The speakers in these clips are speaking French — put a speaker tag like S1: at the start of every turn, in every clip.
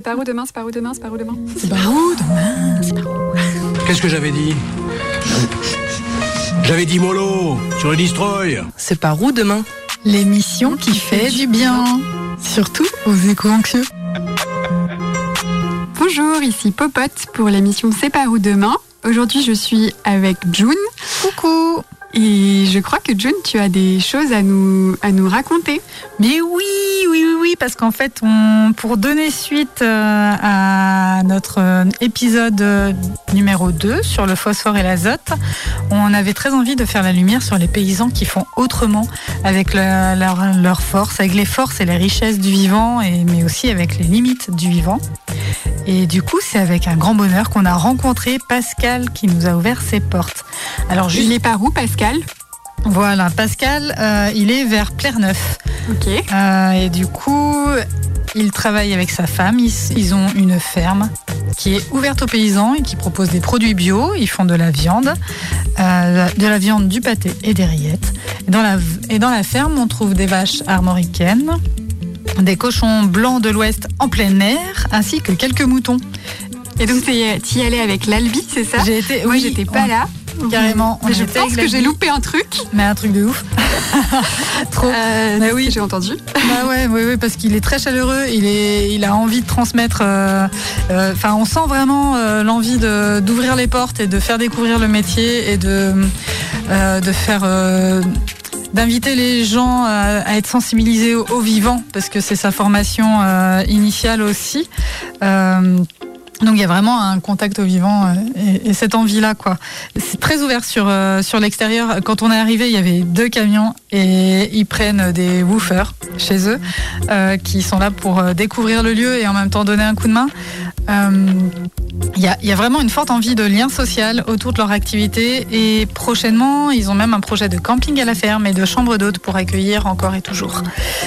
S1: par où demain, c'est par où demain, c'est par où demain.
S2: C'est par où demain, c'est par où.
S3: Qu'est-ce que j'avais dit? J'avais dit mollo sur le destroy.
S2: C'est par où demain?
S4: L'émission qui fait du bien, surtout aux éco-anxieux.
S1: Bonjour, ici Popote pour l'émission C'est par où demain. Aujourd'hui, je suis avec June.
S4: Coucou.
S1: Et je crois que June, tu as des choses à nous raconter.
S4: Mais oui, parce qu'en fait, pour donner suite à notre épisode numéro 2 sur le phosphore et l'azote, on avait très envie de faire la lumière sur les paysans qui font autrement avec leur force, avec les forces et les richesses du vivant, mais aussi avec les limites du vivant. Et du coup, c'est avec un grand bonheur qu'on a rencontré Pascal qui nous a ouvert ses portes.
S1: Alors, il est par où, Pascal ?
S4: Voilà, Pascal, il est vers Plerneuf.
S1: Ok.
S4: Et du coup, il travaille avec sa femme. Ils ont une ferme qui est ouverte aux paysans et qui propose des produits bio. Ils font de la viande, du pâté et des rillettes. Et dans la ferme, on trouve des vaches armoricaines, des cochons blancs de l'Ouest en plein air, ainsi que quelques moutons.
S1: Et donc, tu y allais avec l'Albi, c'est ça ? Moi, j'étais pas là.
S4: Carrément.
S1: Mais je pense que j'ai loupé un truc.
S4: Mais un truc de ouf. Trop.
S1: Bah oui, j'ai entendu.
S4: Bah oui, parce qu'il est très chaleureux. Il a envie de transmettre. On sent vraiment l'envie d'ouvrir les portes et de faire découvrir le métier et de faire. D'inviter les gens à être sensibilisés au vivant, parce que c'est sa formation initiale aussi. Donc il y a vraiment un contact au vivant et cette envie-là, quoi. C'est très ouvert sur l'extérieur. Quand on est arrivé, il y avait 2 camions et ils prennent des woofers chez eux qui sont là pour découvrir le lieu et en même temps donner un coup de main. Il y a vraiment une forte envie de lien social autour de leur activité et prochainement, ils ont même un projet de camping à la ferme et de chambre d'hôtes pour accueillir encore et toujours.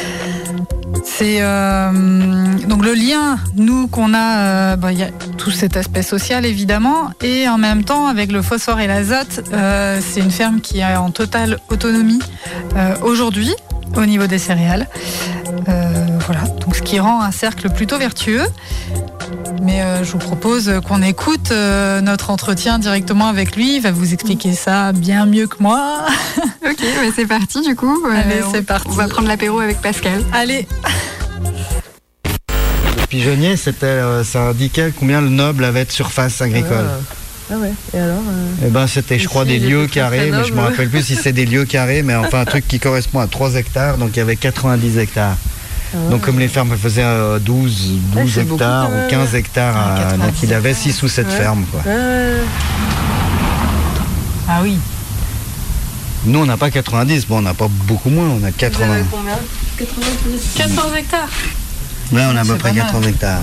S4: C'est donc le lien, nous, qu'on a, il y a tout cet aspect social évidemment, et en même temps avec le phosphore et l'azote, c'est une ferme qui est en totale autonomie aujourd'hui au niveau des céréales. Voilà, donc ce qui rend un cercle plutôt vertueux. Mais je vous propose qu'on écoute notre entretien directement avec lui. Il va vous expliquer ça bien mieux que moi.
S1: Ok, bah c'est parti du coup.
S4: Allez, c'est parti.
S1: On va prendre l'apéro avec Pascal.
S4: Allez.
S5: Le pigeonnier, ça indiquait combien le noble avait de surface agricole.
S2: Ah ouais, et alors
S5: c'était, je crois, des lieues carrées, mais je me rappelle plus si c'est des lieues carrées, mais enfin un truc qui correspond à 3 hectares, donc il y avait 90 hectares. Donc comme les fermes faisaient 12 hectares ou 15 hectares, donc il avait 6 ou 7 fermes, quoi.
S4: Ah oui.
S5: Nous on n'a pas 90, bon on n'a pas beaucoup moins, on a 80.
S2: Vous avez combien
S4: 14 hectares.
S5: Ouais, on a à peu
S4: C'est
S5: près
S4: pas mal.
S5: 80 hectares.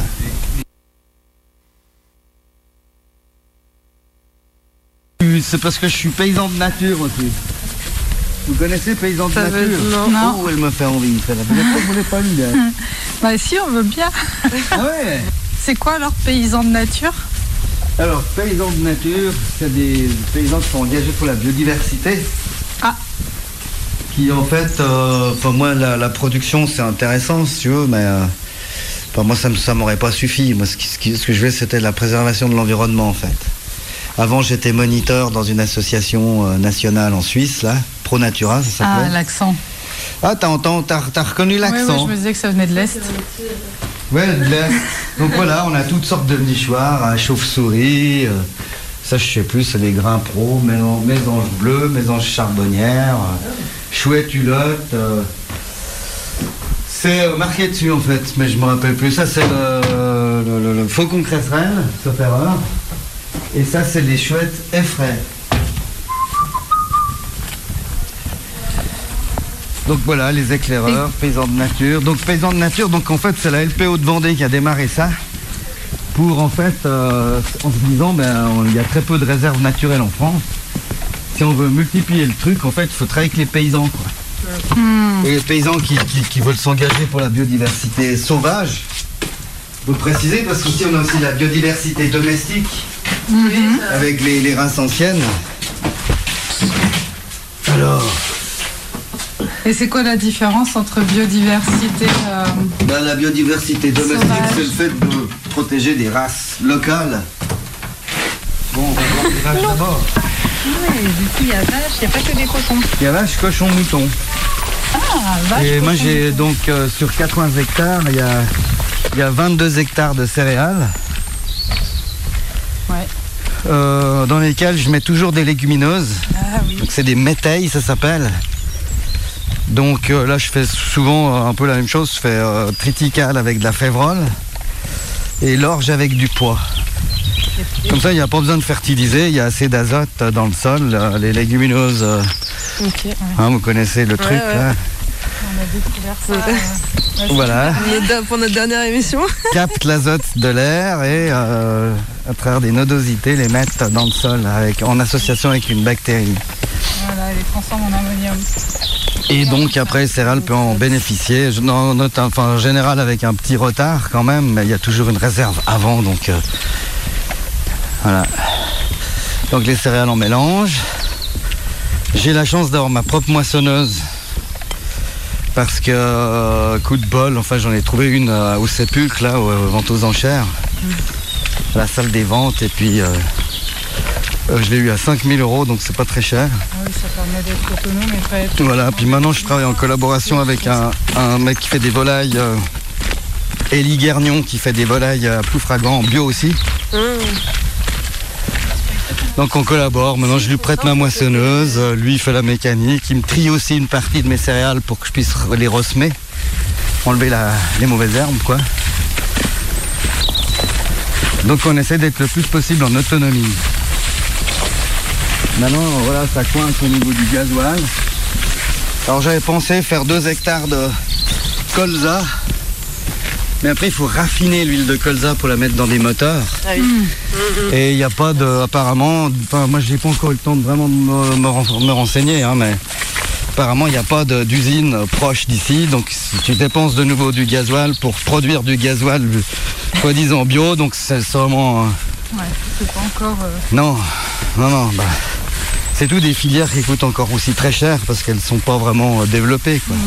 S5: C'est parce que je suis paysan de nature aussi. Vous connaissez paysan de nature?
S4: Non.
S5: Oh, elle me fait envie. Vous voulez pas lui, là.
S4: Bah si, on veut bien.
S5: Ah ouais.
S4: C'est quoi alors, paysan de nature?
S5: Alors, paysans de nature, c'est des paysans qui sont engagés pour la biodiversité.
S4: Ah.
S5: Qui en fait, moi la production c'est intéressant si tu veux, mais moi ça m'aurait pas suffi. Moi ce que je voulais c'était la préservation de l'environnement en fait. Avant j'étais moniteur dans une association nationale en Suisse là, Pro Natura ça s'appelait.
S4: Ah, l'accent.
S5: Ah t'as reconnu l'accent.
S4: Oui, je me disais que ça venait de l'Est.
S5: Ouais, de l'Est. Donc voilà, on a toutes sortes de nichoirs, chauve-souris, ça je sais plus, c'est des grains pro, mésange bleu, mésange charbonnière, chouette hulotte. C'est marqué dessus en fait, mais je me rappelle plus. Ça c'est le faucon cresserelle, sauf erreur. Et ça c'est les chouettes effraies. Donc voilà, les éclaireurs, paysans de nature. Donc paysans de nature, donc en fait c'est la LPO de Vendée qui a démarré ça. Pour en fait, en se disant, il y a très peu de réserves naturelles en France. Si on veut multiplier le truc, en fait, il faut travailler avec les paysans, quoi. Et les paysans qui veulent s'engager pour la biodiversité sauvage. Faut préciser parce qu'ici on a aussi la biodiversité domestique avec les races anciennes. Alors.
S4: Et c'est quoi la différence entre biodiversité
S5: La biodiversité domestique,
S4: sauvage.
S5: c'est le fait de protéger des races locales. Bon, on va voir les vaches d'abord.
S4: Oui, du coup, il y a vache, il n'y a pas que des cochons.
S5: Il y a vache, cochon, mouton.
S4: Ah, vache.
S5: Et moi
S4: cochon,
S5: j'ai
S4: mouton.
S5: donc sur 80 hectares, il y a 22 hectares de céréales.
S4: Ouais.
S5: Dans lesquels je mets toujours des légumineuses.
S4: Ah oui.
S5: Donc c'est des métailles, ça s'appelle. Donc là je fais souvent un peu la même chose, je fais triticale avec de la févrole et l'orge avec du pois. Comme ça il n'y a pas besoin de fertiliser, il y a assez d'azote dans le sol, les légumineuses,
S2: Ok.
S5: hein, vous connaissez le truc
S2: ouais.
S5: là.
S4: On a découvert ça.
S5: Voilà,
S2: Pour notre dernière émission.
S5: capte l'azote de l'air et à travers des nodosités les mettent dans le sol en association avec une bactérie.
S4: Voilà, elle les transforme en ammonium.
S5: Et donc après, les céréales peuvent en bénéficier. En général avec un petit retard quand même, mais il y a toujours une réserve avant. Donc voilà. Donc les céréales en mélange. J'ai la chance d'avoir ma propre moissonneuse. Parce que, coup de bol, enfin j'en ai trouvé une au Sépulcre, là, aux ventes aux enchères. À la salle des ventes. Et puis je l'ai eu à 5 000 €, donc c'est pas très cher.
S4: Ah oui, ça permet d'être autonome et pas être...
S5: Voilà, puis maintenant je travaille en collaboration avec un mec qui fait des volailles, Élie Guernion, qui fait des volailles à Ploufragan en bio aussi. Donc on collabore, maintenant je lui prête ma moissonneuse, lui il fait la mécanique, il me trie aussi une partie de mes céréales pour que je puisse les ressemer, enlever les mauvaises herbes quoi. Donc on essaie d'être le plus possible en autonomie. Maintenant, voilà, ça coince au niveau du gasoil. Alors j'avais pensé faire 2 hectares de colza. Mais après, il faut raffiner l'huile de colza pour la mettre dans des moteurs.
S2: Ah oui.
S5: Et il n'y a pas de... Apparemment, moi, j'ai pas encore eu le temps de vraiment me renseigner, hein, mais apparemment, il n'y a pas d'usine proche d'ici. Donc, si tu dépenses de nouveau du gasoil pour produire du gasoil, soi-disant bio, donc c'est vraiment...
S4: Ouais, c'est pas encore...
S5: Non. C'est tout des filières qui coûtent encore aussi très cher parce qu'elles ne sont pas vraiment développées, quoi.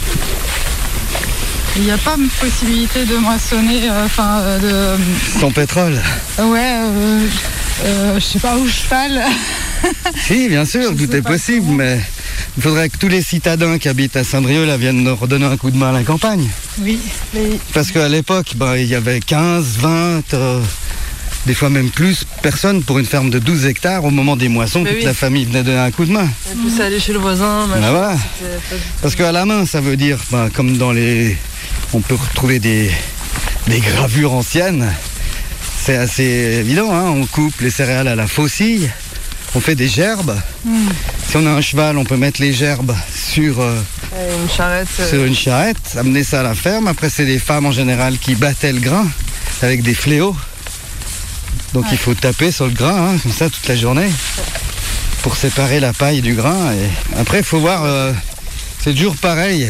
S4: Il n'y a pas possibilité de moissonner,
S5: Sans pétrole.
S4: Ouais, je sais pas, au cheval.
S5: Si, bien sûr,
S4: Je
S5: tout
S4: sais
S5: est
S4: pas
S5: possible,
S4: comment.
S5: mais il faudrait que tous les citadins qui habitent à Saint-Brieuc là viennent nous redonner un coup de main à la campagne.
S4: Oui, mais
S5: Parce qu'à l'époque, il y avait 15, 20, des fois même plus personnes pour une ferme de 12 hectares. Au moment des moissons,
S2: Mais
S5: toute
S2: oui.
S5: la famille venait donner un coup de main.
S2: Et puis ça allait chez le voisin. machin,
S5: Ben voilà.
S2: c'était pas du tout-
S5: Parce qu'à la main, ça veut dire, comme dans les... On peut retrouver des gravures anciennes. C'est assez évident, hein. On coupe les céréales à la faucille, on fait des gerbes. Si on a un cheval, on peut mettre les gerbes sur
S2: Une charrette.
S5: sur une charrette, amener ça à la ferme. Après, c'est les femmes en général qui battaient le grain avec des fléaux. Donc il faut taper sur le grain, hein, comme ça, toute la journée, pour séparer la paille du grain. Et après, il faut voir, c'est toujours pareil.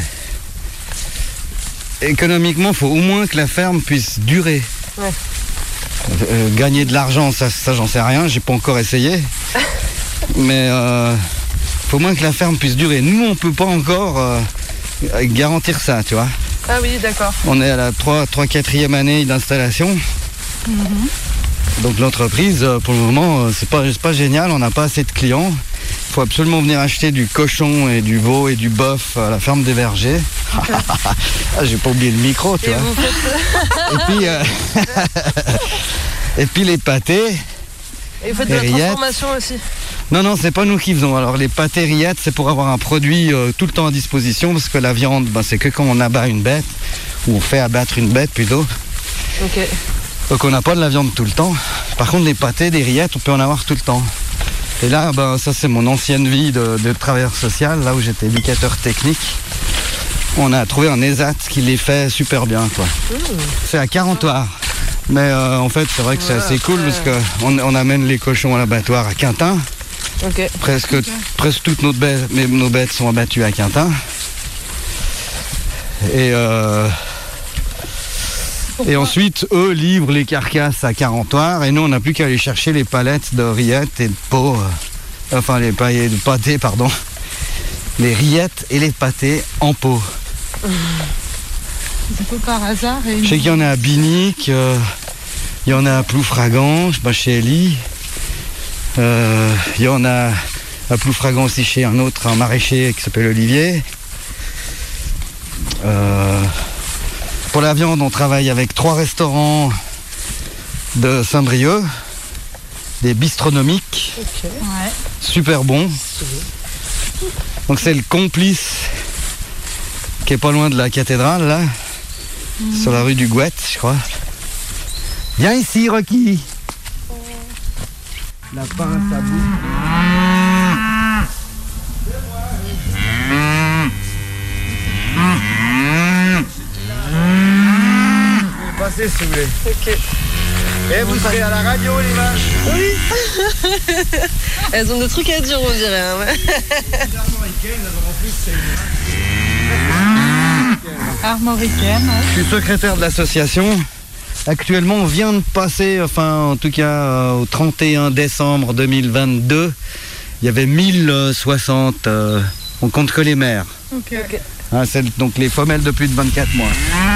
S5: Économiquement, il faut au moins que la ferme puisse durer.
S2: Ouais.
S5: Gagner de l'argent, ça j'en sais rien, j'ai pas encore essayé. Mais faut au moins que la ferme puisse durer. Nous, on peut pas encore garantir ça, tu vois.
S2: Ah oui, d'accord.
S5: On est à la 4e année d'installation. Donc l'entreprise, pour le moment, c'est pas génial, on n'a pas assez de clients. Il faut absolument venir acheter du cochon et du veau et du bœuf à la ferme des Vergers. Ah, j'ai pas oublié le micro, tu
S2: Et
S5: vois.
S2: vous faites...
S5: Et puis les pâtés.
S2: Et vous faites de la
S5: rillettes.
S2: transformation aussi.
S5: Non, c'est pas nous qui faisons. Alors les pâtés rillettes, c'est pour avoir un produit tout le temps à disposition, parce que la viande, c'est que quand on abat une bête, ou on fait abattre une bête plutôt.
S2: Ok.
S5: Donc on n'a pas de la viande tout le temps. Par contre, des pâtés, des rillettes, on peut en avoir tout le temps. Et là, ça c'est mon ancienne vie de travailleur social, là où j'étais éducateur technique. On a trouvé un ESAT qui les fait super bien, quoi. C'est à Carentoire. Mais en fait, c'est vrai que c'est assez cool parce qu'on amène les cochons à l'abattoir à Quintin.
S2: Ok.
S5: Presque toutes nos bêtes sont abattues à Quintin. Et ensuite, eux livrent les carcasses à Carentoire et nous, on n'a plus qu'à aller chercher les palettes de rillettes et de pots. Les pâtés, pardon. Les rillettes et les pâtés en pot.
S4: c'est un peu par hasard.
S5: Je sais qu'il y en a à Binic, Il y en a à Ploufragan, chez Ellie. Il y en a à Ploufragan aussi chez un maraîcher qui s'appelle Olivier. Pour la viande, on travaille avec 3 restaurants de Saint-Brieuc, des bistronomiques,
S2: Ok.
S4: Ouais.
S5: super bons. Donc c'est le Complice qui est pas loin de la cathédrale là, sur la rue du Gouette, je crois. Viens ici, Rocky. La pince à bout. Passez si vous voulez.
S2: Ok.
S5: Et vous serez à la radio, les vaches.
S2: Elles ont des trucs à dire, on dirait. Hein, ouais.
S4: Armoricaine. Ouais.
S5: Je suis secrétaire de l'association. Actuellement, on vient de passer, en tout cas au 31 décembre 2022, il y avait 1060, on compte que les mères.
S4: Ok.
S5: Hein, donc les femelles de plus de 24 mois.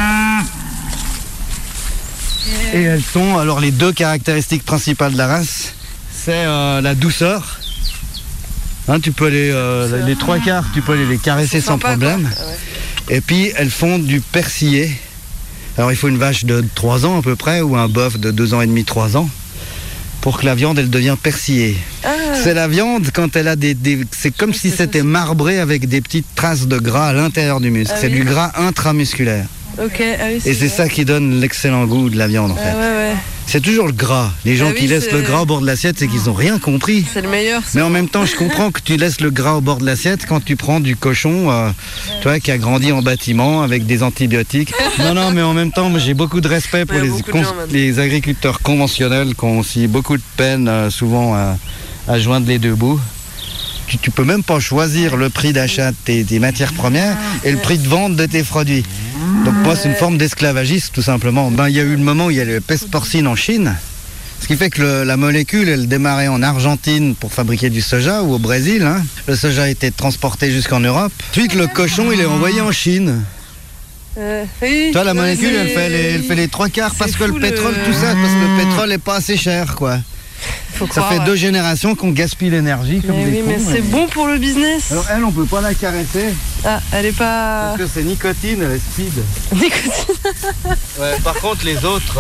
S5: Et elles sont, alors les 2 caractéristiques principales de la race, c'est la douceur. Hein, tu peux les 3 quarts, tu peux les caresser sans
S2: Sympa,
S5: problème.
S2: quoi. Ah ouais.
S5: Et puis elles font du persillé. Alors il faut une vache de 3 ans à peu près, ou un bœuf de 2 ans et demi, 3 ans, pour que la viande elle devienne persillée.
S2: Ah,
S5: C'est la viande quand elle a c'est comme si c'était marbré avec des petites traces de gras à l'intérieur du muscle.
S2: Ah
S5: C'est
S2: oui.
S5: du gras intramusculaire.
S2: ok. Ah oui,
S5: Et c'est
S2: vrai.
S5: ça qui donne l'excellent goût de la viande en
S2: Ah,
S5: fait.
S2: ouais.
S5: C'est toujours le gras. Les gens
S2: Ah oui,
S5: qui laissent
S2: c'est-
S5: le gras au bord de l'assiette, c'est qu'ils n'ont rien compris.
S2: C'est le meilleur.
S5: Mais en même temps, je comprends que tu laisses le gras au bord de l'assiette quand tu prends du cochon, tu vois, qui a grandi en bâtiment avec des antibiotiques. Non, mais en même temps, moi, j'ai beaucoup de respect pour
S2: Ouais, beaucoup de gens, maintenant.
S5: les agriculteurs conventionnels qui ont aussi beaucoup de peine, souvent, à joindre les deux bouts. Tu peux même pas choisir le prix d'achat de tes matières premières et le prix de vente de tes produits. Donc moi, c'est une forme d'esclavagisme, tout simplement. Ben, il y a eu le moment où il y a la peste porcine en Chine. Ce qui fait que la molécule, elle démarrait en Argentine pour fabriquer du soja ou au Brésil. Hein. Le soja a été transporté jusqu'en Europe. Ensuite, le cochon, il est envoyé en Chine.
S2: Oui.
S5: Tu vois, la
S2: Ouais,
S5: molécule,
S2: c'est-
S5: elle fait les 3 quarts parce
S2: c'est
S5: que le
S2: fou,
S5: pétrole,
S2: le-
S5: tout ça, parce que le pétrole n'est pas assez cher, quoi.
S2: Faut
S5: Ça
S2: croire,
S5: fait
S2: ouais.
S5: 2 générations qu'on gaspille l'énergie comme
S2: Mais
S5: des
S2: oui, mais
S5: cons,
S2: c'est
S5: et-
S2: bon pour le business.
S5: Alors elle, on peut pas la caresser
S2: Ah, elle est pas.
S5: parce que c'est nicotine, elle est speed.
S2: Nicotine.
S5: Ouais, par contre, les autres...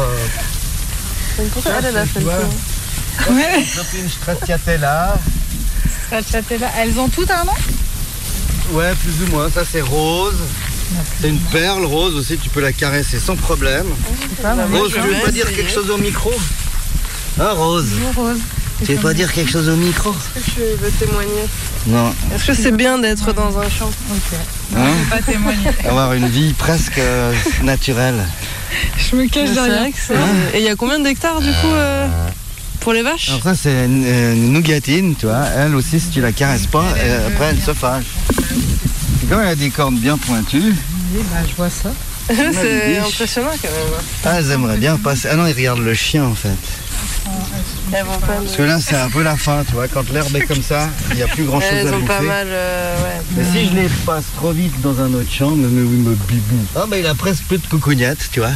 S2: Pourquoi elle a fait le
S5: Ouais.
S2: coup
S4: Ouais.
S5: Copine stracciatella.
S4: Stracciatella. Elles ont toutes un nom?
S5: Ouais, plus ou moins. Ça, c'est rose. C'est une perle rose aussi, tu peux la caresser sans problème. Rose,
S2: je
S5: tu veux
S2: vais
S5: pas dire
S2: essayer.
S5: quelque chose au micro? Hein, Rose?
S4: Rose.
S5: Tu veux pas dire quelque chose au micro?
S2: Est-ce que tu veux témoigner?
S5: Non.
S2: Est-ce que c'est bien d'être dans un champ?
S4: Ok.
S5: Hein?
S4: Je vais pas témoigner.
S5: Avoir une vie presque naturelle.
S4: Je me cache
S2: C'est
S4: derrière.
S2: vrai que c'est. Et il y a combien d'hectares du coup pour les vaches?
S5: Alors ça, c'est une nougatine, tu vois. Elle aussi, si tu la caresses pas, après, elle se fâche. Et comme elle a des cornes bien pointues,
S4: Oui, bah, je vois ça.
S2: C'est
S5: biche.
S2: impressionnant quand même.
S5: ah, elles aimeraient bien passer. Ah non, ils regardent le chien en fait.
S2: Elles vont pas.
S5: Parce que là, c'est un peu la fin, tu vois. Quand l'herbe est comme ça, il n'y a plus grand chose
S2: Elles
S5: à
S2: ont
S5: bouffer.
S2: pas mal. Ouais.
S5: Mais si je les passe trop vite dans un autre champ, mais oui, me bibou. Ah, bah il a presque plus de coucougnettes, tu vois.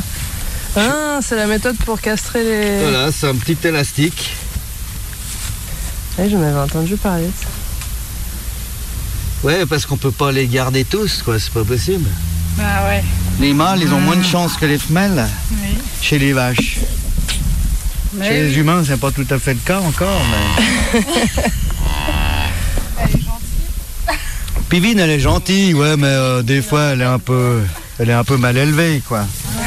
S2: Ah, c'est la méthode pour castrer les.
S5: Voilà, c'est un petit élastique.
S2: Ouais, j'en avais entendu parler. de ça.
S5: Ouais, parce qu'on peut pas les garder tous, quoi. C'est pas possible.
S4: Bah ouais.
S5: Les mâles, ils ont moins de chance que les femelles
S4: Oui.
S5: chez les vaches.
S4: Mais
S5: Chez les
S4: oui.
S5: humains, c'est pas tout à fait le cas encore, mais...
S4: Elle est gentille.
S5: Pivine, elle est gentille, ouais, mais des fois, elle est un peu mal élevée, quoi.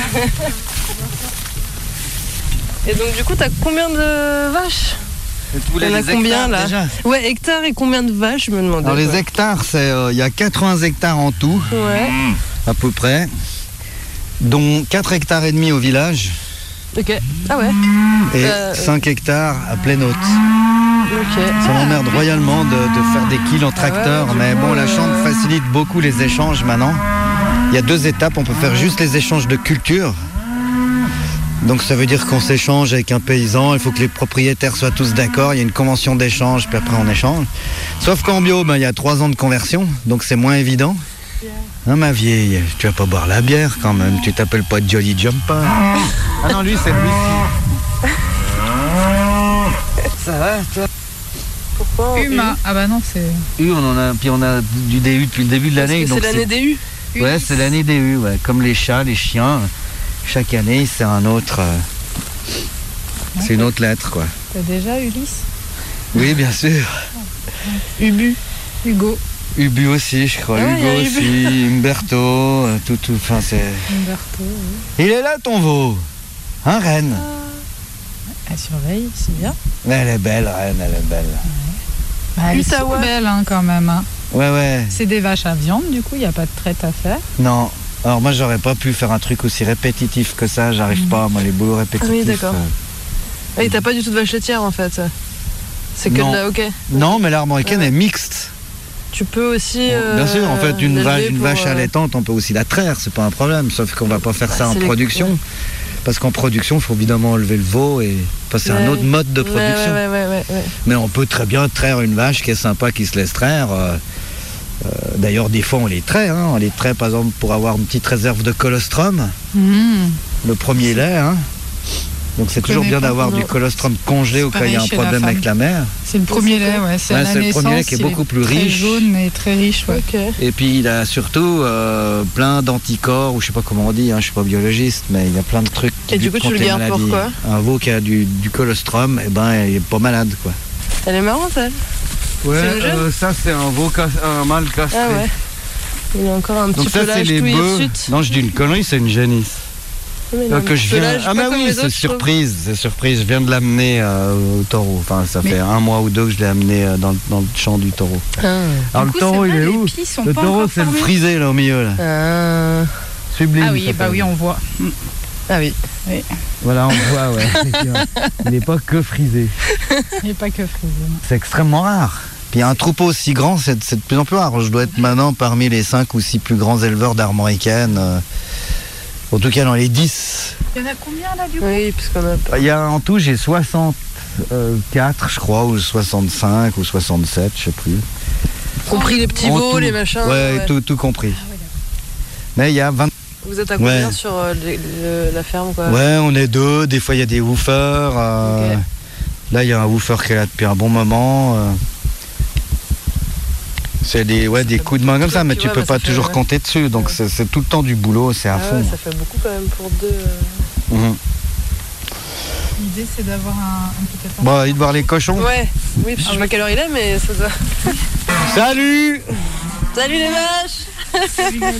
S2: Et donc du coup, t'as combien de vaches? Il y en a combien là?
S5: déjà.
S2: Ouais, hectares et combien de vaches, je me demandais.
S5: Alors les
S2: ouais.
S5: hectares, il y a 80 hectares en tout,
S2: Ouais.
S5: à peu près, dont 4 hectares et demi au village
S2: Ok. Ah ouais.
S5: et 5 hectares à pleine haute.
S2: Ok.
S5: Ça m'emmerde royalement de faire des kills en tracteur,
S2: ouais, du
S5: mais
S2: coup,
S5: bon, la chambre facilite beaucoup les échanges maintenant. Il y a 2 étapes, on peut faire juste les échanges de culture. Donc ça veut dire qu'on s'échange avec un paysan, il faut que les propriétaires soient tous d'accord, il y a une convention d'échange, puis après on échange. Sauf qu'en bio, il y a 3 ans de conversion, donc c'est moins évident. Hein, ma vieille, tu vas pas boire la bière quand même, tu t'appelles pas Jolly Jumper. Ah non, lui c'est le whisky. Ça va, toi?
S2: Pourquoi
S4: Humain. Ah bah non, c'est...
S5: on a du DU depuis le début de l'année.
S2: Parce que c'est l'année DU.
S5: Ouais, c'est l'année DU, ouais. Comme les chats, les chiens. Chaque année, c'est un autre... c'est une autre lettre, quoi.
S4: T'as déjà Ulysse?
S5: Oui, bien sûr.
S2: Ubu.
S4: Hugo.
S5: Ubu aussi, je crois.
S2: Ah,
S5: Hugo aussi, Umberto, tout. Enfin, c'est...
S4: Umberto, oui.
S5: Il est là, ton veau. Hein, Reine?
S4: Elle surveille, c'est bien.
S5: Elle est belle, Reine, elle est belle.
S4: Bah, elles sont belles, hein, quand même. Hein.
S5: Ouais.
S4: C'est des vaches à viande, du coup, il n'y a pas de traite à faire.
S5: Non. Alors moi, j'aurais pas pu faire un truc aussi répétitif que ça. J'arrive pas, moi, les boulots répétitifs.
S2: Ah oui, d'accord. Et t'as pas du tout de vache laitière, en fait. C'est que
S5: non.
S2: de la... Ok.
S5: Non, mais l'armoricaine est mixte.
S2: Tu peux aussi...
S5: Bien sûr, en fait, une vache allaitante, on peut aussi la traire, c'est pas un problème. Sauf qu'on va pas faire ça en production. Parce qu'en production, il faut évidemment enlever le veau et passer à un autre mode de production.
S2: Ouais.
S5: Mais on peut très bien traire une vache qui est sympa, qui se laisse traire. D'ailleurs, des fois, on les traite. Hein. On les traite, par exemple, pour avoir une petite réserve de colostrum. Le premier lait. Hein. Donc, c'est toujours bien d'avoir du colostrum congelé au cas où il y a un problème avec la mère.
S4: C'est le premier lait, ouais. C'est
S5: le premier lait qui est beaucoup plus riche.
S4: Très jaune et très riche, ouais.
S2: Okay.
S5: Et puis, il a surtout plein d'anticorps, ou je sais pas comment on dit, hein, je suis pas biologiste, mais il y a plein de trucs qui
S2: et du coup, tu le gardes pourquoi?
S5: Un veau qui a du colostrum, eh ben, il est pas malade, quoi.
S2: Elle est marrante, elle.
S5: Ouais, ça c'est un veau un mâle castré.
S2: Ah ouais. Il y a encore un petit pelage.
S5: Donc ça c'est les bœufs. Non, je dis une connerie, c'est une génisse.
S2: Donc
S5: je viens... Ah bah oui, c'est surprise. Je viens de l'amener au taureau. Enfin, ça fait un mois ou deux que je l'ai amené dans le champ du taureau. Alors le taureau, il est où? Le taureau, c'est le frisé là au milieu là. Sublime.
S4: Ah oui, bah oui, on voit.
S2: Ah oui.
S5: Voilà, on voit, ouais. Il n'est pas que frisé.
S4: Il n'est pas que frisé.
S5: C'est extrêmement rare. Puis un troupeau aussi grand, c'est de plus en plus rare. Je dois être maintenant parmi les 5 ou 6 plus grands éleveurs d'armoricaines. En tout cas, dans les 10.
S4: Il y en a combien là du coup?
S2: Oui, puisqu'on a...
S5: Il y a en tout, j'ai 64, je crois, ou 65, ou 67, je sais plus.
S2: Compris les petits veaux, les machins.
S5: Ouais, tout compris. Ah, ouais, mais il y a 20...
S2: Vous êtes à combien sur la ferme, quoi?
S5: Ouais, on est 2. Des fois, il y a des woofers. Okay. Là, il y a un woofer qui est là depuis un bon moment. C'est des coups de main comme ça, mais tu peux pas toujours compter dessus. Donc, c'est tout le temps du boulot, c'est à fond.
S2: Ouais, ça fait beaucoup quand même pour 2.
S4: L'idée, c'est d'avoir un petit attention.
S5: Bon, il de voir les cochons.
S2: Ouais, oui, parce que je sais pas quelle heure il est, mais ça doit...
S5: Salut!
S2: Salut les vaches!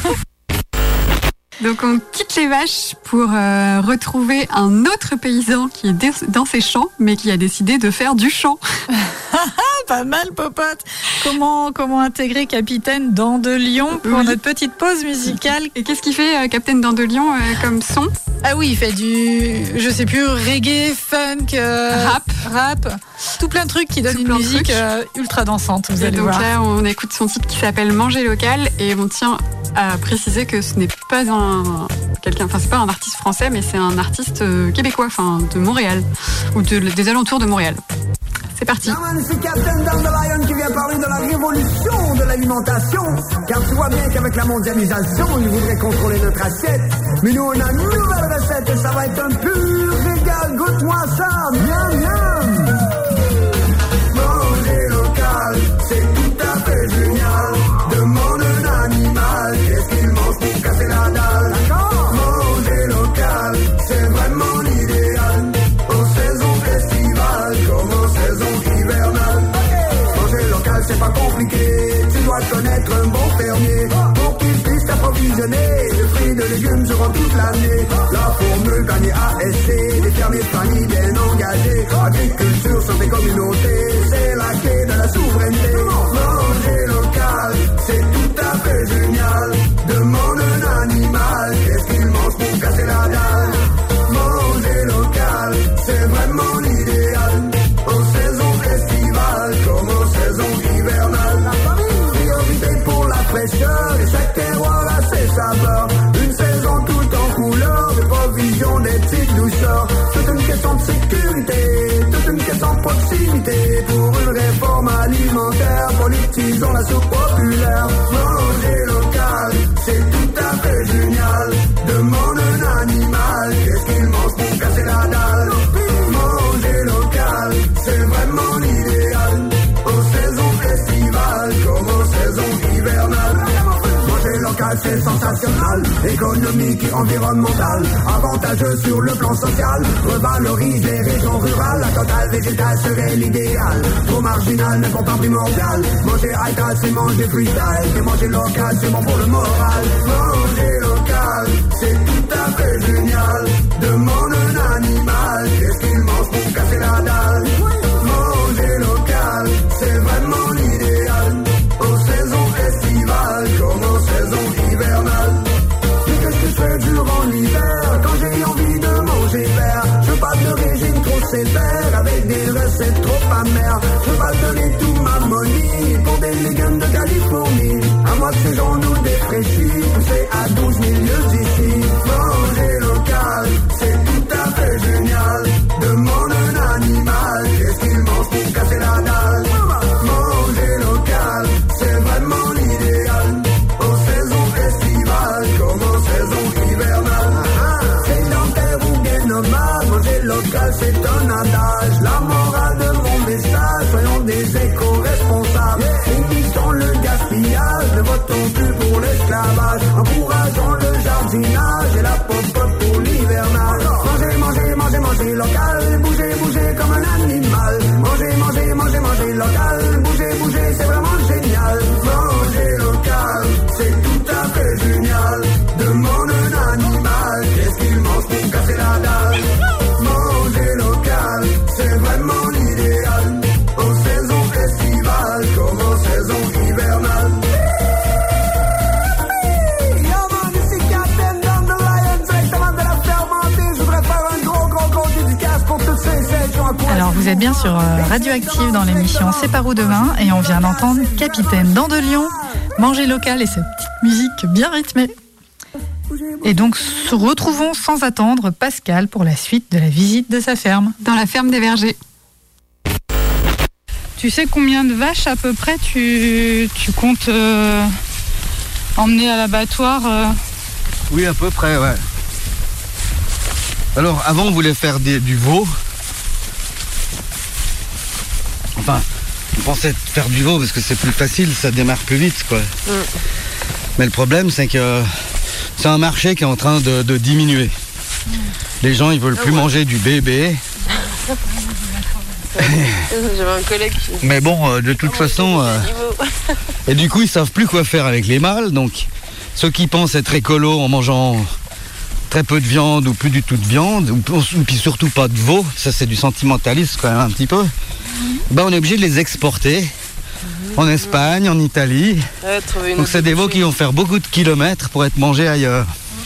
S1: Donc on quitte les vaches pour retrouver un autre paysan qui est dans ses champs, mais qui a décidé de faire du chant.
S4: Pas mal, Popote. Comment intégrer Capitaine Dandelion pour notre petite pause musicale?
S1: Et qu'est-ce qu'il fait, Capitaine Dandelion, comme son?
S4: Ah oui, il fait du, je sais plus, reggae, funk, rap, tout plein de trucs qui donnent une musique ultra dansante, vous allez voir.
S1: Donc là, on écoute son titre qui s'appelle Manger local, et on tient à préciser que ce n'est pas c'est pas un artiste français, mais c'est un artiste québécois, de Montréal, ou des alentours de Montréal. C'est parti.
S6: C'est Capitaine Dandelion qui vient parler de la révolution de l'alimentation. Car tu vois bien qu'avec la mondialisation, ils voudraient contrôler notre assiette. Mais nous, on a une nouvelle recette et ça va être un pur régal. Goûte-moi ça, miam miam. Manger local, c'est tout à fait génial. Demande un animal, qu'est-ce qu'il mange pour casser la dalle. Manger local, c'est vraiment l'idéal. En saison estivale, comme en saison hivernale. Manger local, c'est pas compliqué. Tu dois connaître un bon fermier pour qu'il puisse t'approvisionner de fruits, de légumes durant toute l'année. La formule gagnée ASC, des fermiers de famille bien engagés. Agriculture sur des communautés, c'est la clé de la souveraineté. Manger local, c'est tout à fait génial. Demande un animal, qu'est-ce qu'il mange pour casser la dalle. Manger local, c'est vraiment l'idéal. En saison estivale, comme en saison hivernale. Priorité pour la fraîcheur et chaque terroir a ses saveurs. Une saison toute en couleur, de provisions, des petites douceurs. C'est une question de sécurité, toute une question de proximité. Pour une réforme alimentaire, politisons la soupe populaire. Manger local, c'est tout à fait génial. Demande un animal, qu'est-ce qu'il mange pour casser la dalle. c'est sensationnel. Économique et environnemental, avantageux sur le plan social. Revalorise les régions rurales, la totale végétale serait l'idéal. Trop marginal mais pourtant primordial. Manger high-tech c'est manger freestyle. Et manger local c'est bon pour le moral. Manger local, c'est tout à fait génial. Demande un animal, qu'est-ce qu'il mange pour casser la dalle? Manger local, c'est vraiment l'idéal. Aux saisons estivales comme aux saisons hivernales. Mais qu'est-ce que je fais durant l'hiver quand j'ai envie de manger vert? Je veux pas de régime trop sévère avec des recettes trop amères. Je veux pas donner tout ma money pour des légumes de Californie. À moi que ces gens nous défraîchissent, poussés à 12 000 lieues d'ici. Manger local, c'est tout à fait génial. Demande un animal, qu'est-ce qu'il mange pour casser la dalle? Manger local, c'est vraiment l'idéal. Aux saisons estivales comme aux saisons hivernales. Sédentaire ou bien nomade, manger local c'est un adage. La morale de mon message, soyons des éco-responsables. Évitons le gaspillage, ne votons plus pour l'esclavage. Encourageons le jardinage et la pop-up pour l'hivernage. Manger, manger, manger, manger local. Bouger, bouger comme un animal. Manger, manger, manger, manger local. Bouger, bouger, c'est vraiment génial. Manger local, c'est tout à fait génial. Demande un animal, qu'est-ce qu'il mange pour casser la dalle? Manger local, c'est vraiment l'idéal. Aux saisons estivales comme aux saisons hivernales.
S4: Alors vous êtes bien sur Radioactive dans l'émission C'est par où demain et on vient d'entendre Capitaine Dandelion, Manger local et cette petite musique bien rythmée. Et donc retrouvons sans attendre Pascal pour la suite de la visite de sa ferme.
S1: Dans la ferme des Vergers.
S4: Tu sais combien de vaches à peu près tu comptes emmener à l'abattoir
S5: Oui, à peu près, ouais. Alors, avant, on voulait faire du veau. Enfin, on pensait faire du veau parce que c'est plus facile, ça démarre plus vite, quoi. Mais le problème, c'est que c'est un marché qui est en train de diminuer. Les gens, ils veulent plus manger du bébé.
S2: J'avais un collègue qui...
S5: Mais bon, de toute façon... Et du coup, ils savent plus quoi faire avec les mâles. Donc, ceux qui pensent être écolo en mangeant très peu de viande ou plus du tout de viande, ou puis surtout pas de veau, ça c'est du sentimentalisme quand même un petit peu, ben, on est obligé de les exporter en Espagne, en Italie.
S2: Ouais,
S5: donc c'est des veaux qui vont faire beaucoup de kilomètres pour être mangés ailleurs.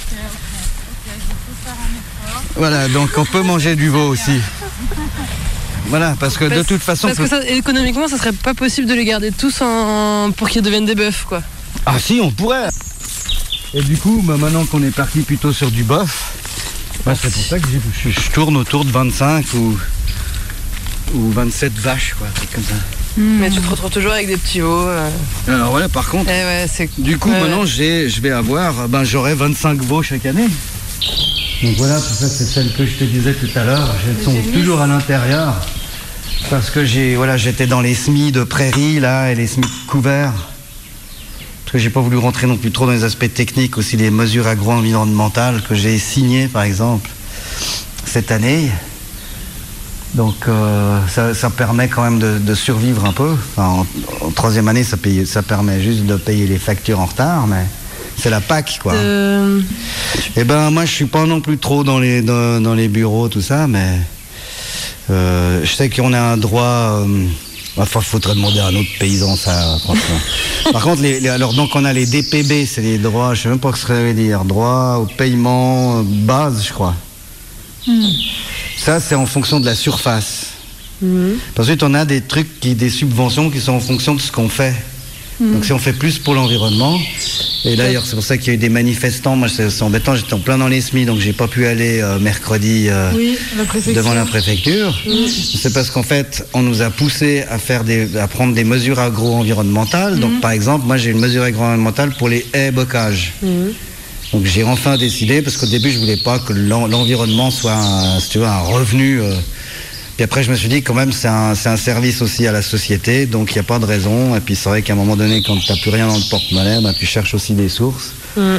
S5: Voilà, donc on peut manger du veau aussi. Voilà, parce que de toute façon...
S2: Parce que ça, économiquement, ça serait pas possible de les garder tous pour qu'ils deviennent des bœufs, quoi.
S5: Ah si, on pourrait. Et du coup, bah, maintenant qu'on est parti plutôt sur du bœuf, bah, c'est pour ça que je tourne autour de 25 ou 27 vaches, quoi, comme ça.
S2: Mais tu te retrouves toujours avec des petits veaux.
S5: Alors voilà, par contre, du coup, maintenant, je vais avoir, j'aurai 25 veaux chaque année. Donc voilà, tout ça, c'est celle que je te disais tout à l'heure. Elles sont toujours à l'intérieur. Parce que j'étais dans les semis de prairie, là, et les semis couverts. Parce que j'ai pas voulu rentrer non plus trop dans les aspects techniques, aussi les mesures agro-environnementales que j'ai signées, par exemple, cette année. Donc ça permet quand même de survivre un peu. Enfin, en troisième année, ça permet juste de payer les factures en retard, mais c'est la PAC, quoi. Et ben moi, je suis pas non plus trop dans les bureaux, tout ça, mais je sais qu'on a un droit... Enfin, il faudrait demander à un autre paysan, ça, franchement. Par contre, alors donc on a les DPB, c'est les droits, je sais même pas ce que ça veut dire, droits au paiement base, je crois. Ça, c'est en fonction de la surface. Ensuite, on a des subventions qui sont en fonction de ce qu'on fait. Donc si on fait plus pour l'environnement, et d'ailleurs c'est pour ça qu'il y a eu des manifestants, moi c'est embêtant, j'étais en plein dans les semis, donc j'ai pas pu aller mercredi devant la préfecture. C'est parce qu'en fait on nous a poussé à prendre des mesures agro-environnementales. Donc par exemple, moi j'ai une mesure agro-environnementale pour les haies bocages. Donc j'ai enfin décidé, parce qu'au début je voulais pas que l'environnement soit un revenu Puis après, je me suis dit, quand même, c'est un service aussi à la société, donc il n'y a pas de raison. Et puis c'est vrai qu'à un moment donné, quand tu n'as plus rien dans le porte-monnaie, tu cherches aussi des sources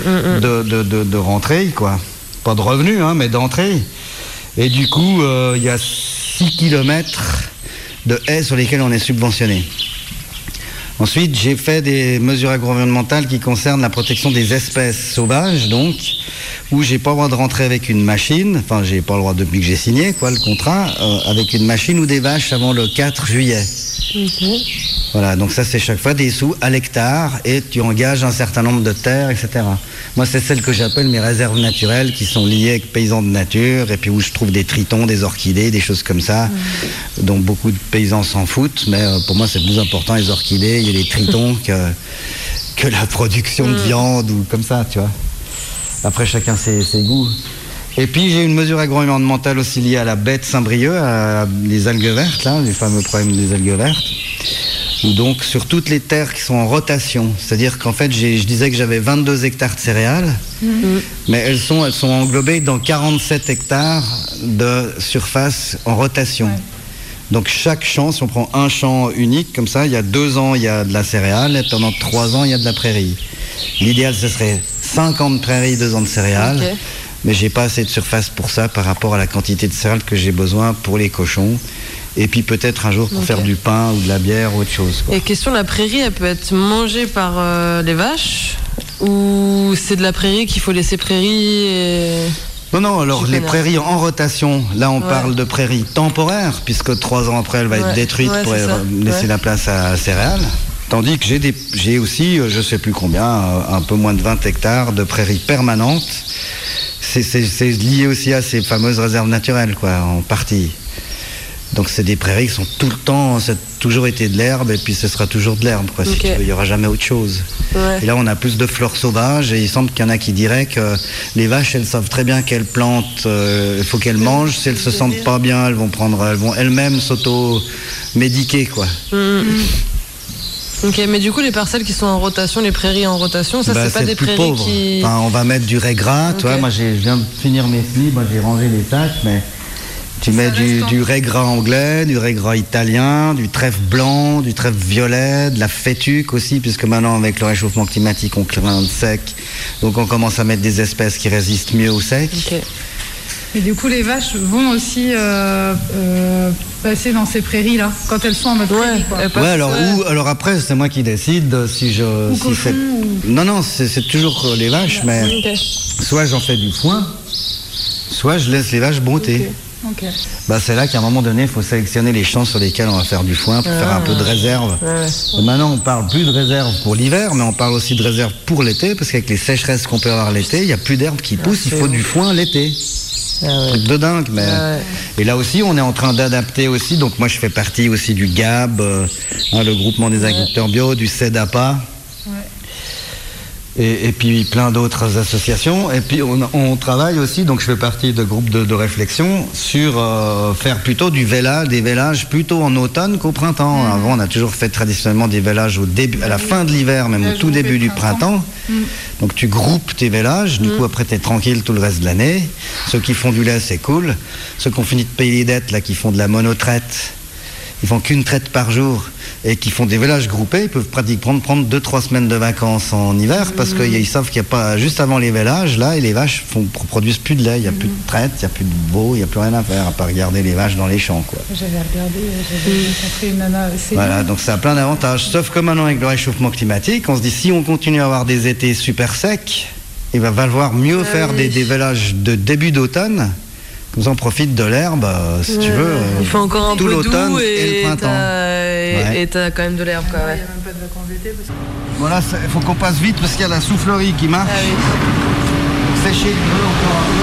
S5: de rentrée, quoi. Pas de revenus, hein, mais d'entrée. Et du coup, il y a 6 km de haies sur lesquelles on est subventionné. Ensuite, j'ai fait des mesures agroenvironnementales qui concernent la protection des espèces sauvages, donc, où j'ai pas le droit de rentrer avec une machine, enfin, j'ai pas le droit depuis que j'ai signé, quoi, le contrat, avec une machine ou des vaches avant le 4 juillet. Voilà, donc ça, c'est chaque fois des sous à l'hectare et tu engages un certain nombre de terres, etc. Moi, c'est celles que j'appelle mes réserves naturelles qui sont liées avec paysans de nature et puis où je trouve des tritons, des orchidées, des choses comme ça, dont beaucoup de paysans s'en foutent, mais pour moi, c'est plus important les orchidées et les tritons que la production de viande ou comme ça, tu vois. Après, chacun ses goûts. Et puis, j'ai une mesure agroenvironnementale aussi liée à la baie de Saint-Brieuc, à les algues vertes, là, les fameux problèmes des algues vertes. Ou donc, sur toutes les terres qui sont en rotation. C'est-à-dire qu'en fait, je disais que j'avais 22 hectares de céréales, mais elles sont englobées dans 47 hectares de surface en rotation. Ouais. Donc, chaque champ, si on prend un champ unique, comme ça, il y a 2 ans, il y a de la céréale, et pendant 3 ans, il y a de la prairie. L'idéal, ce serait 5 ans de prairie, 2 ans de céréales. Okay. Mais j'ai pas assez de surface pour ça par rapport à la quantité de céréales que j'ai besoin pour les cochons. Et puis peut-être un jour pour faire du pain ou de la bière ou autre chose, quoi.
S2: Et question, la prairie, elle peut être mangée par les vaches ou c'est de la prairie qu'il faut laisser prairie
S5: Non, alors les prairies en rotation, là on parle de prairies temporaires, puisque 3 ans après elle va être détruite pour laisser la place à céréales. Tandis que j'ai aussi, je sais plus combien, un peu moins de 20 hectares de prairies permanentes. C'est lié aussi à ces fameuses réserves naturelles, quoi, en partie. Donc c'est des prairies qui sont tout le temps, ça a toujours été de l'herbe et puis ce sera toujours de l'herbe, quoi. Si tu veux, il n'y aura jamais autre chose. Et là on a plus de fleurs sauvages et il semble qu'il y en a qui diraient que les vaches elles savent très bien quelles plantes il faut qu'elles mangent. Si elles se sentent pas bien, elles vont elles-mêmes s'auto-médiquer, quoi.
S2: Ok, mais du coup les parcelles qui sont en rotation, les prairies en rotation, ça c'est pas des prairies pauvre. Qui...
S5: Enfin, on va mettre du raies gras, tu vois, moi je viens de finir mes semis, moi j'ai rangé les sacs, mais tu mets du raies gras anglais, du raies gras italien, du trèfle blanc, du trèfle violet, de la fétuque aussi, puisque maintenant avec le réchauffement climatique on craint le sec, donc on commence à mettre des espèces qui résistent mieux au sec.
S4: Okay. Et du coup, les vaches vont aussi passer dans ces prairies-là, quand elles sont en mode prairie, quoi.
S5: Ouais, alors après, c'est moi qui décide si je... Non, c'est toujours les vaches, mais soit j'en fais du foin, soit je laisse les vaches brouter. Okay. C'est là qu'à un moment donné, il faut sélectionner les champs sur lesquels on va faire du foin pour faire un peu de réserve. Et maintenant, on parle plus de réserve pour l'hiver, mais on parle aussi de réserve pour l'été, parce qu'avec les sécheresses qu'on peut avoir l'été, il n'y a plus d'herbe qui pousse, il faut du foin l'été. Truc de dingue, mais et là aussi on est en train d'adapter aussi, donc moi je fais partie aussi du GAB, le groupement des agriculteurs bio, du CEDAPA et puis plein d'autres associations, et puis on travaille aussi, donc je fais partie de groupes de réflexion sur faire plutôt des vélages plutôt en automne qu'au printemps. Avant on a toujours fait traditionnellement des vélages à la fin de l'hiver, même au tout début du printemps. Donc tu groupes tes vélages, du coup après t'es tranquille tout le reste de l'année. Ceux qui font du lait, c'est cool. Ceux qui ont fini de payer les dettes, là, qui font de la monotraite, ils font qu'une traite par jour et qui font des vélages groupés, ils peuvent pratiquement prendre 2-3 semaines de vacances en hiver parce qu'ils savent qu'il n'y a pas, juste avant les vélages, là, et les vaches produisent plus de lait, il n'y a plus de traite, il n'y a plus de veau, il n'y a plus rien à faire à part regarder les vaches dans les champs, quoi.
S4: J'avais rencontré une nana.
S5: Voilà, donc ça a plein d'avantages. Sauf que maintenant avec le réchauffement climatique, on se dit si on continue à avoir des étés super secs, il va falloir mieux faire des vélages de début d'automne. Comme ça on profite de l'herbe, si tu veux.
S2: Il fait encore un
S5: tout
S2: peu
S5: l'automne
S2: doux
S5: et le printemps.
S2: Et t'as quand même de l'herbe, quoi.
S4: Il n'y a même pas de vacances d'été.
S5: Voilà, il faut qu'on passe vite parce qu'il y a la soufflerie qui marche. Donc sécher encore un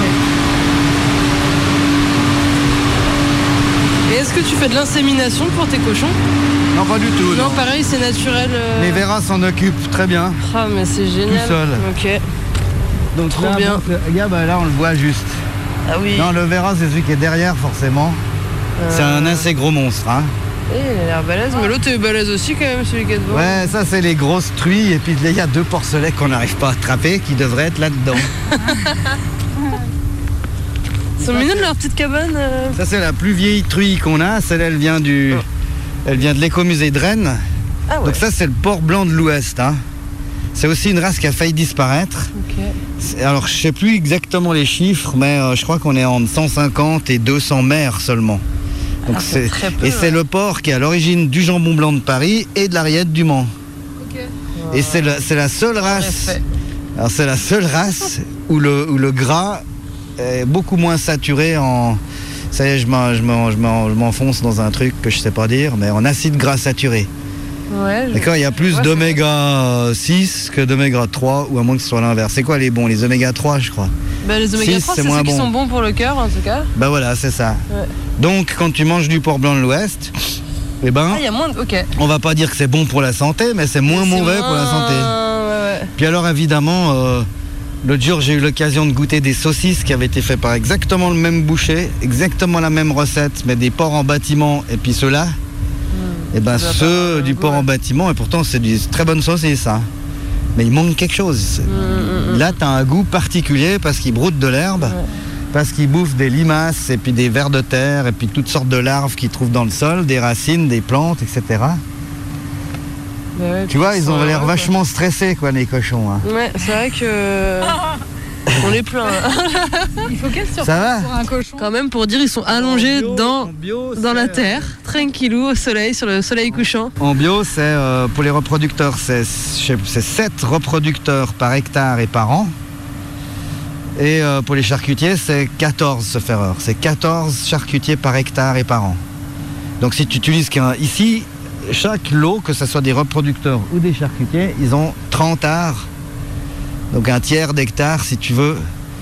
S2: peu. Et est-ce que tu fais de l'insémination pour tes cochons?
S5: Non, pas du tout.
S2: Non, pareil, c'est naturel.
S5: Les Vera s'en occupent très bien.
S2: Ah, mais c'est génial.
S5: Tout seul.
S2: Ok.
S5: Donc
S2: trop
S5: là,
S2: bien.
S5: Regarde, là on le voit juste.
S2: Ah oui.
S5: Non, le Vera, c'est celui qui est derrière, forcément. C'est un assez gros monstre, hein.
S2: Il a l'air balèze, mais l'autre est balèze aussi quand même, celui qui est devant.
S5: Ouais, ça c'est les grosses truies, et puis il y a 2 porcelets qu'on n'arrive pas à attraper qui devraient être là-dedans.
S2: Ils sont mignonnes leur petite cabane.
S5: Ça, c'est la plus vieille truie qu'on a. Celle-là, elle vient de l'écomusée de Rennes.
S2: Ah ouais.
S5: Donc ça, c'est le porc blanc de l'Ouest. Hein. C'est aussi une race qui a failli disparaître.
S2: Ok.
S5: Alors, je sais plus exactement les chiffres, mais je crois qu'on est entre 150 et 200 mères seulement. Donc
S2: c'est très peu,
S5: c'est le porc qui est à l'origine du jambon blanc de Paris et de la rillette du Mans. Et c'est la seule race. Alors c'est la seule race où le gras est beaucoup moins saturé en. Ça y est, je m'enfonce dans un truc que je sais pas dire, mais en acide gras saturé.
S2: Ouais.
S5: D'accord, il y a plus d'oméga 6 que d'oméga 3, ou à moins que ce soit l'inverse. C'est quoi les bons? Les oméga 3, je crois.
S2: Bah, les oméga 3, c'est ceux qui sont bons pour le cœur, en tout cas.
S5: Bah voilà, c'est ça.
S2: Ouais.
S5: Donc, quand tu manges du porc blanc de l'Ouest, eh ben,
S2: y a moins de... Ok.
S5: On va pas dire que c'est bon pour la santé, mais c'est moins mauvais pour la santé.
S2: Ouais.
S5: Puis alors, évidemment, l'autre jour, j'ai eu l'occasion de goûter des saucisses qui avaient été faites par exactement le même boucher, exactement la même recette, mais des porcs en bâtiment, et puis ceux-là. Et ben ceux du porc en bâtiment, et pourtant c'est du très bonne saucisse, hein. Mais il manque quelque chose. Là, tu as un goût particulier parce qu'ils broutent de l'herbe, parce qu'ils bouffent des limaces, et puis des vers de terre, et puis toutes sortes de larves qu'ils trouvent dans le sol, des racines, des plantes, etc.
S2: Ouais,
S5: tu vois, ils ont l'air vachement stressés, quoi, les cochons. Hein.
S2: Ouais, c'est vrai que... On les plaint.
S4: Il faut qu'elle surprenne
S5: Ça va
S4: pour un cochon.
S2: Quand même, pour dire, ils sont allongés dans la terre, tranquillou, au soleil, sur le soleil couchant.
S5: En bio, c'est pour les reproducteurs, c'est 7 reproducteurs par hectare et par an. Et pour les charcutiers, c'est 14, sauf erreur. C'est 14 charcutiers par hectare et par an. Donc si tu utilises ici, chaque lot, que ce soit des reproducteurs ou des charcutiers, ils ont 30 arts. Donc un tiers d'hectare, si tu veux,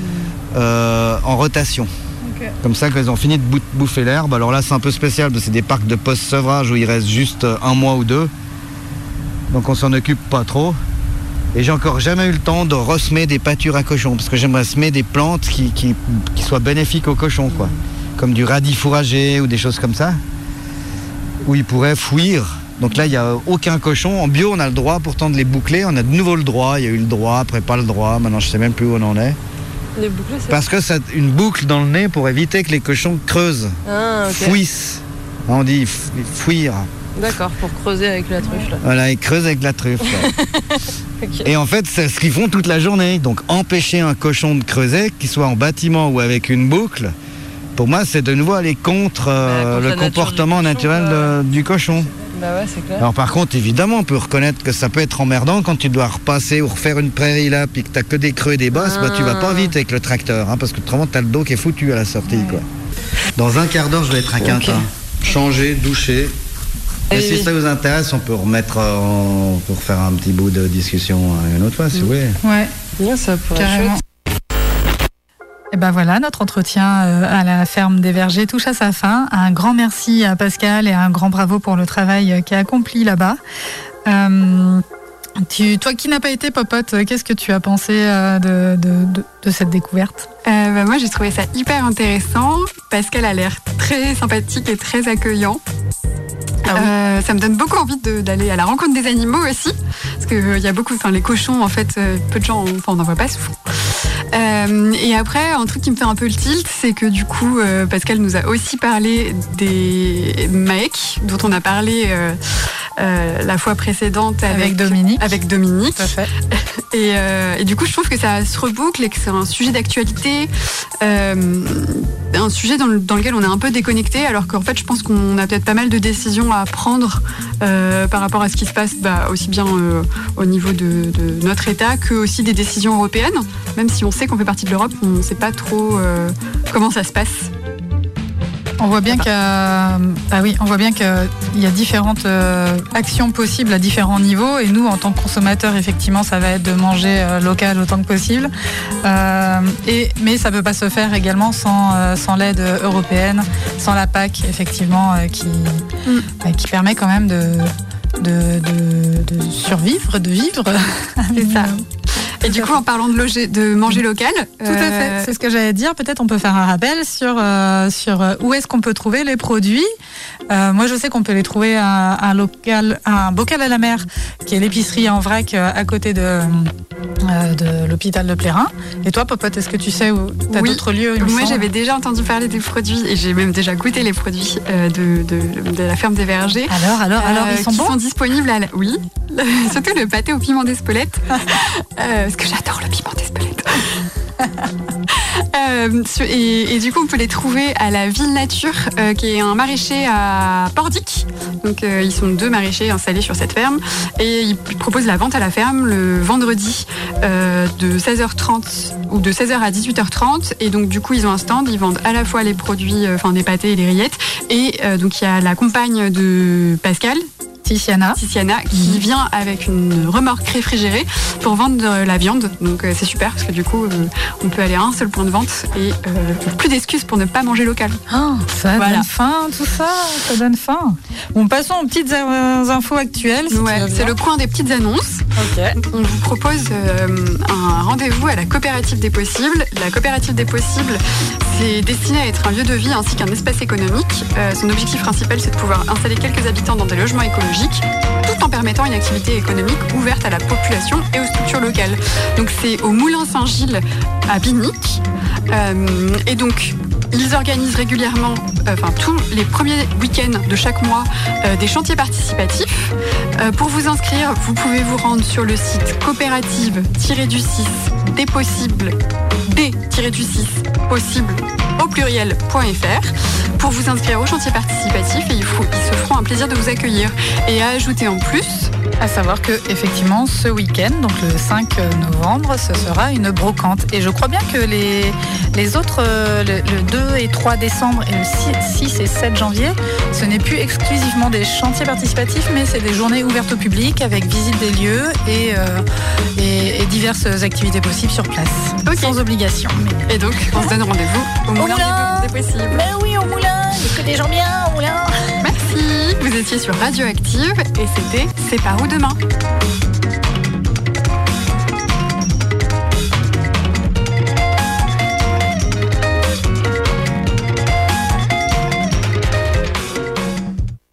S5: en rotation. Okay. Comme ça, quand ils ont fini de bouffer l'herbe. Alors là, c'est un peu spécial, parce que c'est des parcs de post-sevrage où il reste juste 1 mois ou 2. Donc on s'en occupe pas trop. Et j'ai encore jamais eu le temps de ressemer des pâtures à cochons, parce que j'aimerais semer des plantes qui soient bénéfiques aux cochons, quoi. Comme du radis fourragé ou des choses comme ça, où ils pourraient fouir. Donc là, il n'y a aucun cochon. En bio, on a le droit pourtant de les boucler. On a de nouveau le droit. Il y a eu le droit, après pas le droit. Maintenant, je ne sais même plus où on en est.
S2: Les boucler, c'est...
S5: Parce que c'est une boucle dans le nez pour éviter que les cochons creusent, fouissent. On dit fouir.
S2: D'accord, pour creuser avec la truffe. Là.
S5: Voilà, ils creusent avec la truffe. Okay. Et en fait, c'est ce qu'ils font toute la journée. Donc, empêcher un cochon de creuser, qu'il soit en bâtiment ou avec une boucle, pour moi, c'est de nouveau aller contre le comportement naturel du cochon.
S2: Bah ouais, c'est clair.
S5: Alors par contre, évidemment, on peut reconnaître que ça peut être emmerdant quand tu dois repasser ou refaire une prairie là, puis que t'as que des creux et des bosses, bah tu vas pas vite avec le tracteur, hein, parce que autrement t'as le dos qui est foutu à la sortie, quoi. Dans un quart d'heure, je vais être à Quintin. Changer, doucher. Et si ça vous intéresse, on peut remettre, on peut refaire un petit bout de discussion une autre fois, si vous voulez.
S4: Ouais.
S2: Bien, ça pourrait être chouette.
S4: Et ben voilà, notre entretien à la ferme des Vergers touche à sa fin. Un grand merci à Pascal et un grand bravo pour le travail qui est accompli là-bas. Toi qui n'as pas été popote, qu'est-ce que tu as pensé de cette découverte ?
S1: Moi, j'ai trouvé ça hyper intéressant. Pascal a l'air très sympathique et très accueillant. Ah oui. Ça me donne beaucoup envie d'aller à la rencontre des animaux aussi, parce que y a beaucoup, les cochons, en fait, peu de gens, on n'en voit pas souvent. Et après, un truc qui me fait un peu le tilt, c'est que du coup, Pascal nous a aussi parlé des Maek, dont on a parlé la fois précédente avec Dominique.
S4: Tout à fait.
S1: Et du coup, je trouve que ça se reboucle et que c'est un sujet d'actualité, un sujet dans lequel on est un peu déconnecté, alors qu'en fait, je pense qu'on a peut-être pas mal de décisions à prendre par rapport à ce qui se passe, aussi bien au niveau de notre État que aussi des décisions européennes, même si on sait qu'on fait partie de l'Europe, on ne sait pas trop comment ça se passe.
S4: On voit bien qu'il y a différentes actions possibles à différents niveaux, et nous, en tant que consommateurs, effectivement, ça va être de manger local autant que possible. Mais ça ne peut pas se faire également sans l'aide européenne, sans la PAC, effectivement, qui permet quand même de survivre, de vivre.
S1: C'est ça. Et du coup, en parlant de manger local...
S4: Tout à fait, c'est ce que j'allais dire. Peut-être on peut faire un rappel sur où est-ce qu'on peut trouver les produits. Moi, je sais qu'on peut les trouver à un bocal à la mer, qui est l'épicerie en vrac à côté de l'hôpital de Plérin. Et toi, Popote, est-ce que tu sais où tu as d'autres lieux?
S1: Moi, j'avais déjà entendu parler des produits et j'ai même déjà goûté les produits de la ferme des Vergers.
S4: Alors, ils sont bons?
S1: Ils sont disponibles oui. Surtout le pâté au piment d'Espelette. Parce que j'adore le piment d'Espelette. Et du coup, on peut les trouver à la Ville Nature, qui est un maraîcher à Pordic. Donc, ils sont 2 maraîchers installés sur cette ferme. Et ils proposent la vente à la ferme le vendredi de 16h30 ou de 16h à 18h30. Et donc, du coup, ils ont un stand. Ils vendent à la fois les produits, des pâtés et les rillettes. Et donc, il y a la compagne de Pascal, Tiziana, qui vient avec une remorque réfrigérée pour vendre la viande. Donc c'est super parce que du coup on peut aller à un seul point de vente et plus d'excuses pour ne pas manger local.
S4: Ça donne faim, tout ça, ça donne faim. Bon, passons aux petites infos actuelles.
S1: C'est le coin des petites annonces.
S4: Okay.
S1: On vous propose un rendez-vous à la Coopérative des Possibles. La Coopérative des Possibles, c'est destiné à être un lieu de vie ainsi qu'un espace économique. Son objectif principal, c'est de pouvoir installer quelques habitants dans des logements écologiques, tout en permettant une activité économique ouverte à la population et aux structures locales. Donc c'est au Moulin Saint-Gilles à Binic. Et donc ils organisent régulièrement, tous les premiers week-ends de chaque mois, des chantiers participatifs. Pour vous inscrire, vous pouvez vous rendre sur le site coopérative-du-6 des possibles, des-du-6 possible au pluriel.fr pour vous inscrire au chantier participatif et ils se feront un plaisir de vous accueillir. Et à ajouter en plus,
S4: à savoir que effectivement ce week-end, donc le 5 novembre, ce sera une brocante. Et je crois bien que les autres, le 2 et 3 décembre et le 6 et 7 janvier, ce n'est plus exclusivement des chantiers participatifs, mais c'est des journées ouvertes au public avec visite des lieux et diverses activités possibles sur place, sans obligation.
S1: Et donc, on se donne rendez-vous au Moulin des Possibles.
S4: Mais oui, au Moulin, il y a que des gens bien au Moulin.
S1: Merci. Vous étiez sur Radioactive et c'était C'est par où demain.